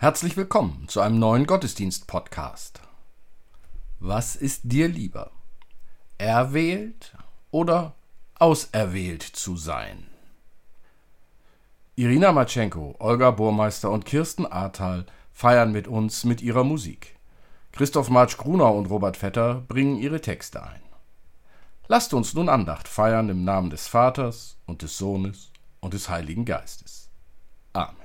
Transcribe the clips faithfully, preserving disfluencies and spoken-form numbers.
Herzlich willkommen zu einem neuen Gottesdienst-Podcast. Was ist dir lieber? Erwählt oder auserwählt zu sein? Irina Matschenko, Olga Burmeister und Kirsten Ahrtal feiern mit uns mit ihrer Musik. Christoph Marsch-Grunau und Robert Vetter bringen ihre Texte ein. Lasst uns nun Andacht feiern im Namen des Vaters und des Sohnes und des Heiligen Geistes. Amen.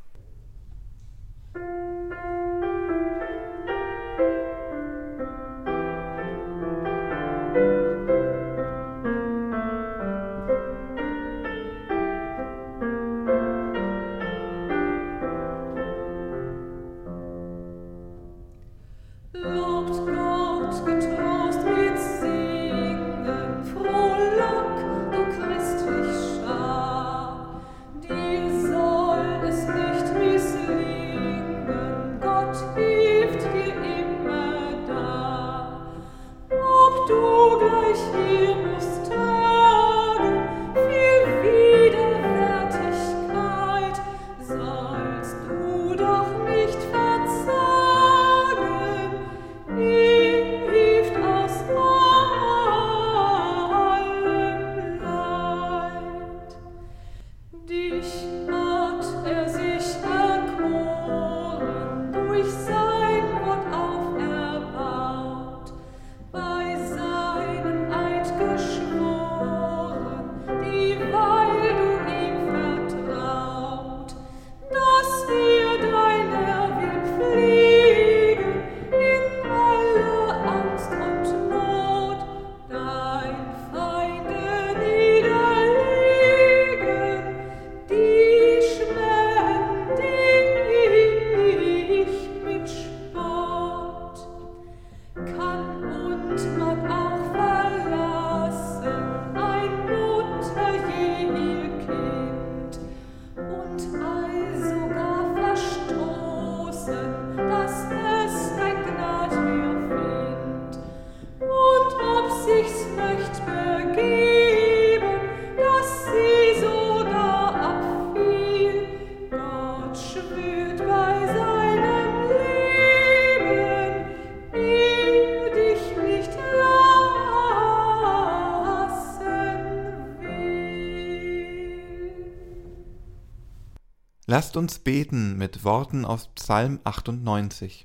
Lasst uns beten mit Worten aus Psalm achtundneunzig.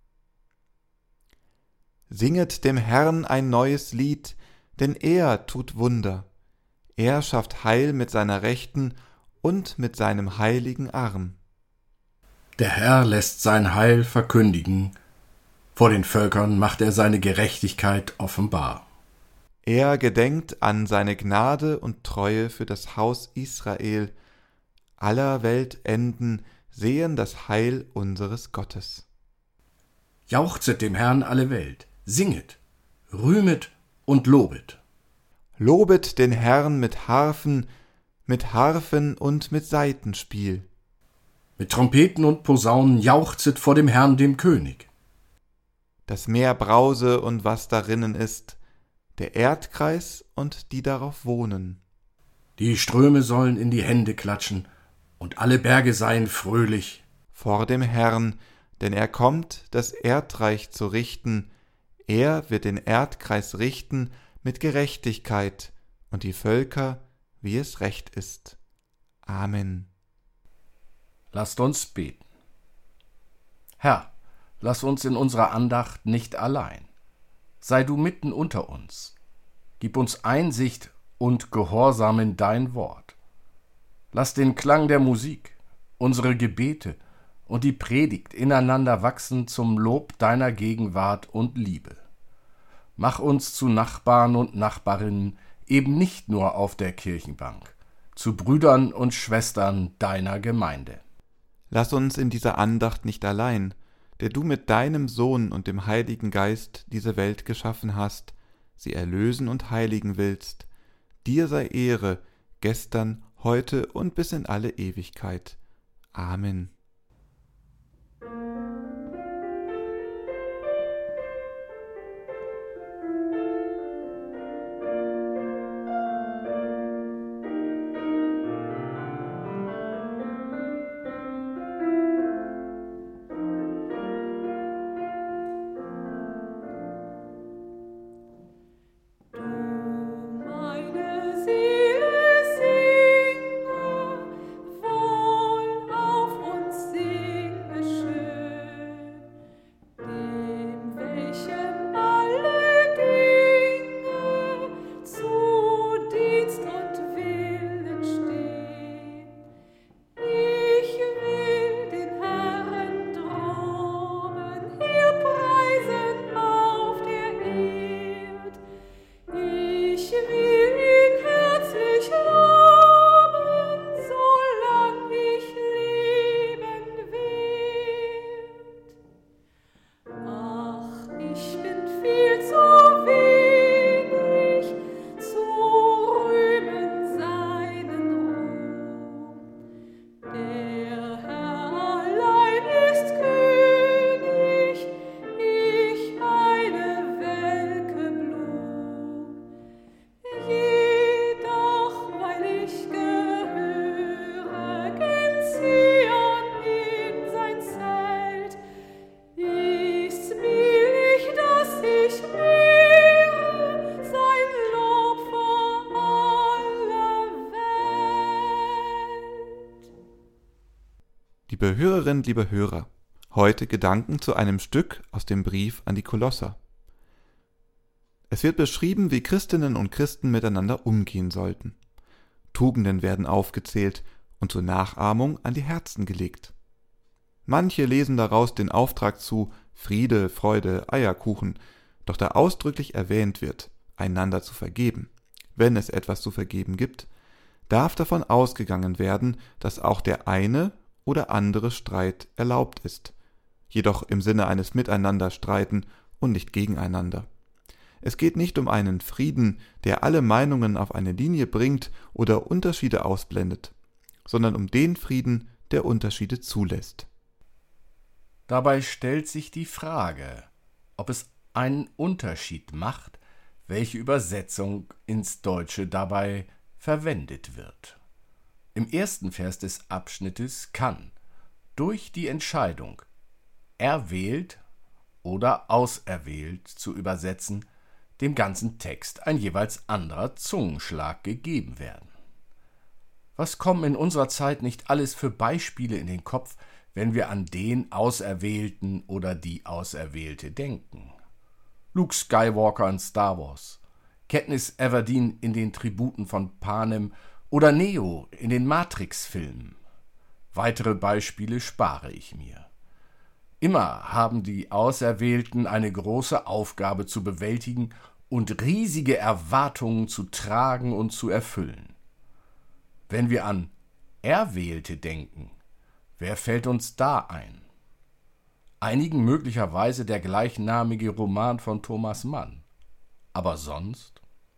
Singet dem Herrn ein neues Lied, denn er tut Wunder. Er schafft Heil mit seiner Rechten und mit seinem heiligen Arm. Der Herr lässt sein Heil verkündigen, vor den Völkern macht er seine Gerechtigkeit offenbar. Er gedenkt an seine Gnade und Treue für das Haus Israel. Aller Weltenden sehen das Heil unseres Gottes. Jauchzet dem Herrn alle Welt, singet, rühmet und lobet. Lobet den Herrn mit Harfen, mit Harfen und mit Saitenspiel. Mit Trompeten und Posaunen jauchzet vor dem Herrn, dem König. Das Meer brause und was darinnen ist, der Erdkreis und die darauf wohnen. Die Ströme sollen in die Hände klatschen, und alle Berge seien fröhlich vor dem Herrn, denn er kommt, das Erdreich zu richten. Er wird den Erdkreis richten mit Gerechtigkeit und die Völker, wie es recht ist. Amen. Lasst uns beten. Herr, lass uns in unserer Andacht nicht allein. Sei du mitten unter uns. Gib uns Einsicht und Gehorsam in dein Wort. Lass den Klang der Musik, unsere Gebete und die Predigt ineinander wachsen zum Lob deiner Gegenwart und Liebe. Mach uns zu Nachbarn und Nachbarinnen, eben nicht nur auf der Kirchenbank, zu Brüdern und Schwestern deiner Gemeinde. Lass uns in dieser Andacht nicht allein, der du mit deinem Sohn und dem Heiligen Geist diese Welt geschaffen hast, sie erlösen und heiligen willst. Dir sei Ehre, gestern, heute und bis in alle Ewigkeit. Amen. Liebe Hörerin, liebe Hörer, heute Gedanken zu einem Stück aus dem Brief an die Kolosser. Es wird beschrieben, wie Christinnen und Christen miteinander umgehen sollten. Tugenden werden aufgezählt und zur Nachahmung an die Herzen gelegt. Manche lesen daraus den Auftrag zu Friede, Freude, Eierkuchen, doch da ausdrücklich erwähnt wird, einander zu vergeben, wenn es etwas zu vergeben gibt, darf davon ausgegangen werden, dass auch der eine oder andere Streit erlaubt ist, jedoch im Sinne eines Miteinanderstreiten und nicht gegeneinander. Es geht nicht um einen Frieden, der alle Meinungen auf eine Linie bringt oder Unterschiede ausblendet, sondern um den Frieden, der Unterschiede zulässt. Dabei stellt sich die Frage, ob es einen Unterschied macht, welche Übersetzung ins Deutsche dabei verwendet wird. Im ersten Vers des Abschnittes kann durch die Entscheidung erwählt oder auserwählt zu übersetzen, dem ganzen Text ein jeweils anderer Zungenschlag gegeben werden. Was kommen in unserer Zeit nicht alles für Beispiele in den Kopf, wenn wir an den Auserwählten oder die Auserwählte denken? Luke Skywalker in Star Wars, Katniss Everdeen in den Tributen von Panem oder Neo in den Matrix-Filmen. Weitere Beispiele spare ich mir. Immer haben die Auserwählten eine große Aufgabe zu bewältigen und riesige Erwartungen zu tragen und zu erfüllen. Wenn wir an Erwählte denken, wer fällt uns da ein? Einigen möglicherweise der gleichnamige Roman von Thomas Mann. Aber sonst?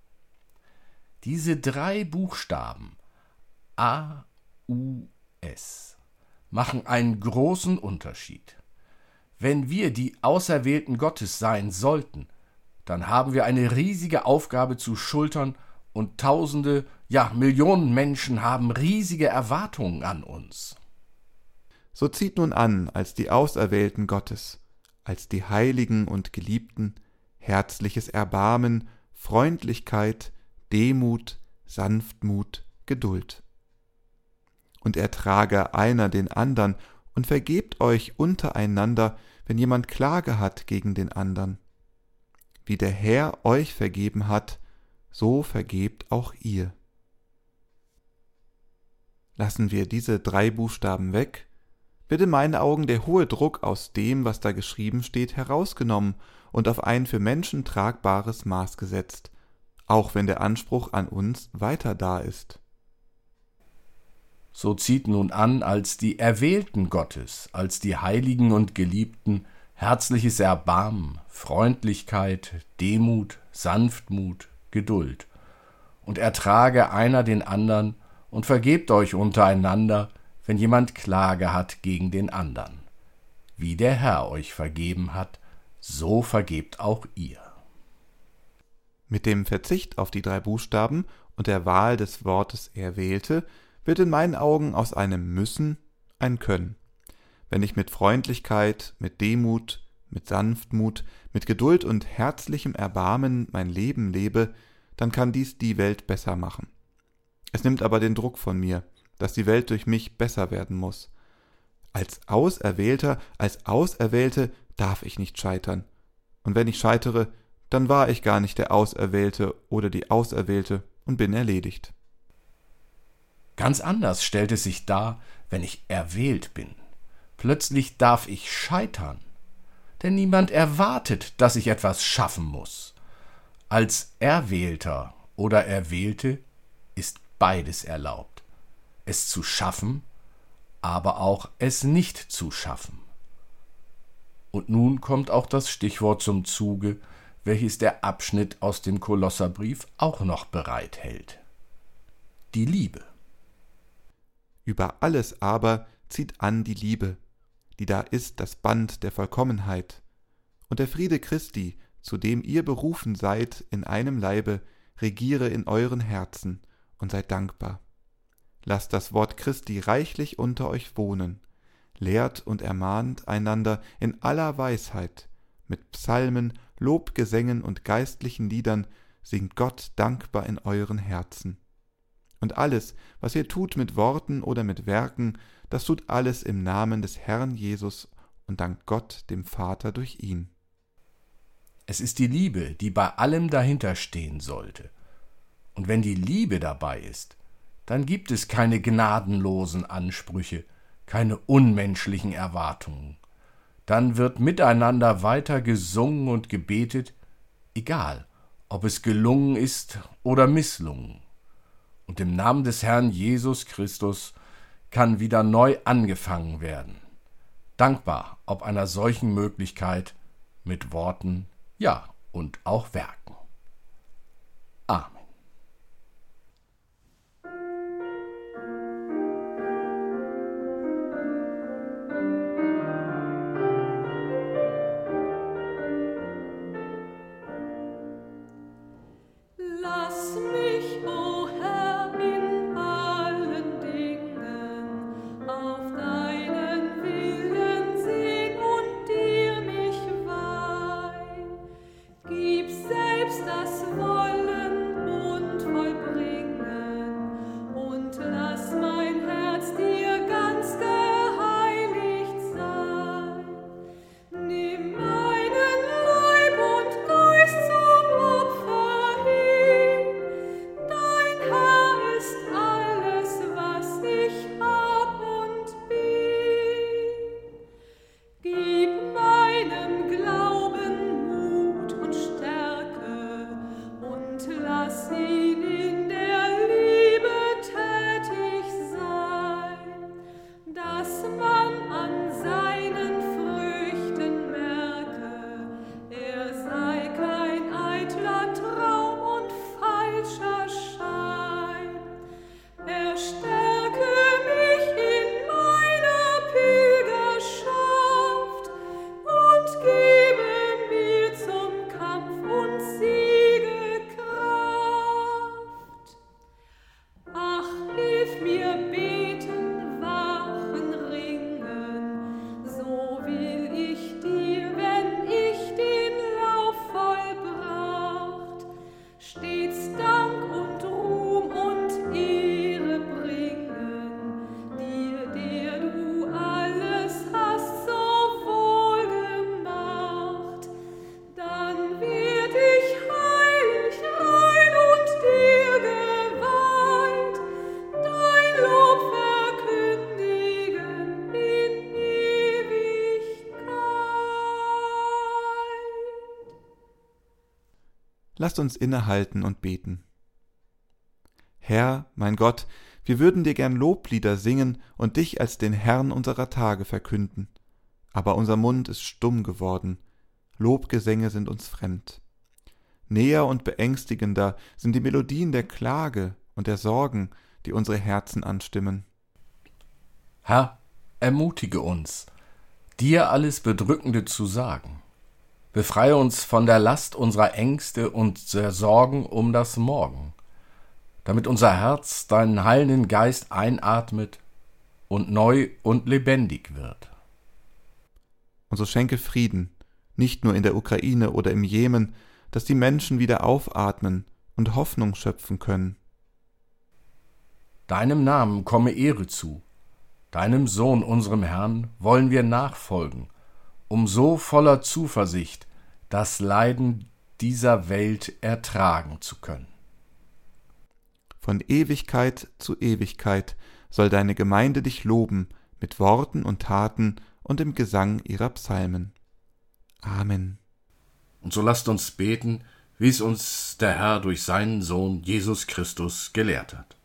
Diese drei Buchstaben A U S machen einen großen Unterschied. Wenn wir die Auserwählten Gottes sein sollten, dann haben wir eine riesige Aufgabe zu schultern und Tausende, ja Millionen Menschen haben riesige Erwartungen an uns. So zieht nun an, als die Auserwählten Gottes, als die Heiligen und Geliebten, herzliches Erbarmen, Freundlichkeit, Demut, Sanftmut, Geduld. Und ertrage einer den andern und vergebt euch untereinander, wenn jemand Klage hat gegen den andern. Wie der Herr euch vergeben hat, so vergebt auch ihr. Lassen wir diese drei Buchstaben weg, wird in meinen Augen der hohe Druck aus dem, was da geschrieben steht, herausgenommen und auf ein für Menschen tragbares Maß gesetzt, auch wenn der Anspruch an uns weiter da ist. So zieht nun an, als die Erwählten Gottes, als die Heiligen und Geliebten, herzliches Erbarmen, Freundlichkeit, Demut, Sanftmut, Geduld. Und ertrage einer den andern und vergebt euch untereinander, wenn jemand Klage hat gegen den andern. Wie der Herr euch vergeben hat, so vergebt auch ihr. Mit dem Verzicht auf die drei Buchstaben und der Wahl des Wortes Erwählte wird in meinen Augen aus einem Müssen ein Können. Wenn ich mit Freundlichkeit, mit Demut, mit Sanftmut, mit Geduld und herzlichem Erbarmen mein Leben lebe, dann kann dies die Welt besser machen. Es nimmt aber den Druck von mir, dass die Welt durch mich besser werden muss. Als Auserwählter, als Auserwählte darf ich nicht scheitern. Und wenn ich scheitere, dann war ich gar nicht der Auserwählte oder die Auserwählte und bin erledigt. Ganz anders stellt es sich dar, wenn ich erwählt bin. Plötzlich darf ich scheitern, denn niemand erwartet, dass ich etwas schaffen muss. Als Erwählter oder Erwählte ist beides erlaubt, es zu schaffen, aber auch es nicht zu schaffen. Und nun kommt auch das Stichwort zum Zuge, welches der Abschnitt aus dem Kolosserbrief auch noch bereithält: die Liebe. Über alles aber zieht an die Liebe, die da ist das Band der Vollkommenheit. Und der Friede Christi, zu dem ihr berufen seid in einem Leibe, regiere in euren Herzen und seid dankbar. Lasst das Wort Christi reichlich unter euch wohnen, lehrt und ermahnt einander in aller Weisheit, mit Psalmen, Lobgesängen und geistlichen Liedern singt Gott dankbar in euren Herzen. Und alles, was ihr tut mit Worten oder mit Werken, das tut alles im Namen des Herrn Jesus und dankt Gott, dem Vater, durch ihn. Es ist die Liebe, die bei allem dahinter stehen sollte. Und wenn die Liebe dabei ist, dann gibt es keine gnadenlosen Ansprüche, keine unmenschlichen Erwartungen. Dann wird miteinander weiter gesungen und gebetet, egal, ob es gelungen ist oder misslungen. Und im Namen des Herrn Jesus Christus kann wieder neu angefangen werden. Dankbar ob einer solchen Möglichkeit mit Worten, ja und auch Werken. Amen. Lass mich, o Herr, in allen Dingen auf deinen Willen sehen und dir mich weihen. Gib selbst das Wollen und Vollbringen und lass mein Herz dir ganz geheiligt sein. Nimm meinen Leib und Geist zum Opfer hin. Dein Herr ist alles, was ich hab und bin. Gib meinem Glauben Mut und Stärke und lass ihn in der Liebe tätig sein, dass man an seinen Früchten merke, er sei kein eitler Traum und falscher Schein. Er stärke mich in meiner Pilgerschaft und gebe mir zum Kampf und Siege Kraft. Ach, hilf mir beten, wachen, ringen, so will ich dir, wenn ich den Lauf vollbracht, stets Dank und Ruhm und Ehre bringen, dir, der du alles hast so wohl gemacht. Dann werd ich heilig, rein und dir geweiht, dein Lob verkündigen in Ewigkeit. Lasst uns innehalten und beten. Herr, mein Gott, wir würden dir gern Loblieder singen und dich als den Herrn unserer Tage verkünden. Aber unser Mund ist stumm geworden, Lobgesänge sind uns fremd. Näher und beängstigender sind die Melodien der Klage und der Sorgen, die unsere Herzen anstimmen. Herr, ermutige uns, dir alles Bedrückende zu sagen. Befreie uns von der Last unserer Ängste und der Sorgen um das Morgen, damit unser Herz deinen heilenden Geist einatmet und neu und lebendig wird. Und so schenke Frieden, nicht nur in der Ukraine oder im Jemen, dass die Menschen wieder aufatmen und Hoffnung schöpfen können. Deinem Namen komme Ehre zu. Deinem Sohn, unserem Herrn, wollen wir nachfolgen, um so voller Zuversicht das Leiden dieser Welt ertragen zu können. Von Ewigkeit zu Ewigkeit soll deine Gemeinde dich loben mit Worten und Taten und im Gesang ihrer Psalmen. Amen. Und so lasst uns beten, wie es uns der Herr durch seinen Sohn Jesus Christus gelehrt hat.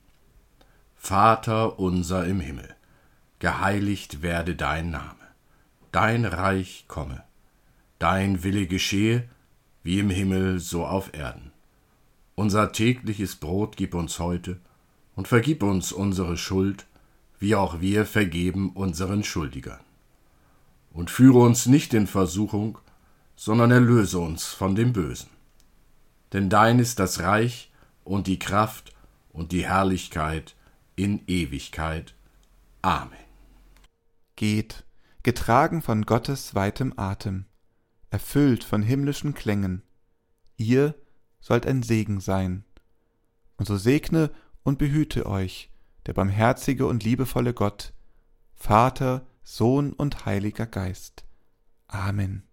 Vater unser im Himmel, geheiligt werde dein Name, dein Reich komme, dein Wille geschehe, wie im Himmel so auf Erden. Unser tägliches Brot gib uns heute und vergib uns unsere Schuld, wie auch wir vergeben unseren Schuldigern. Und führe uns nicht in Versuchung, sondern erlöse uns von dem Bösen. Denn dein ist das Reich und die Kraft und die Herrlichkeit in Ewigkeit. Amen. Geht, getragen von Gottes weitem Atem, erfüllt von himmlischen Klängen. Ihr sollt ein Segen sein. Und so segne und behüte euch der barmherzige und liebevolle Gott, Vater, Sohn und Heiliger Geist. Amen.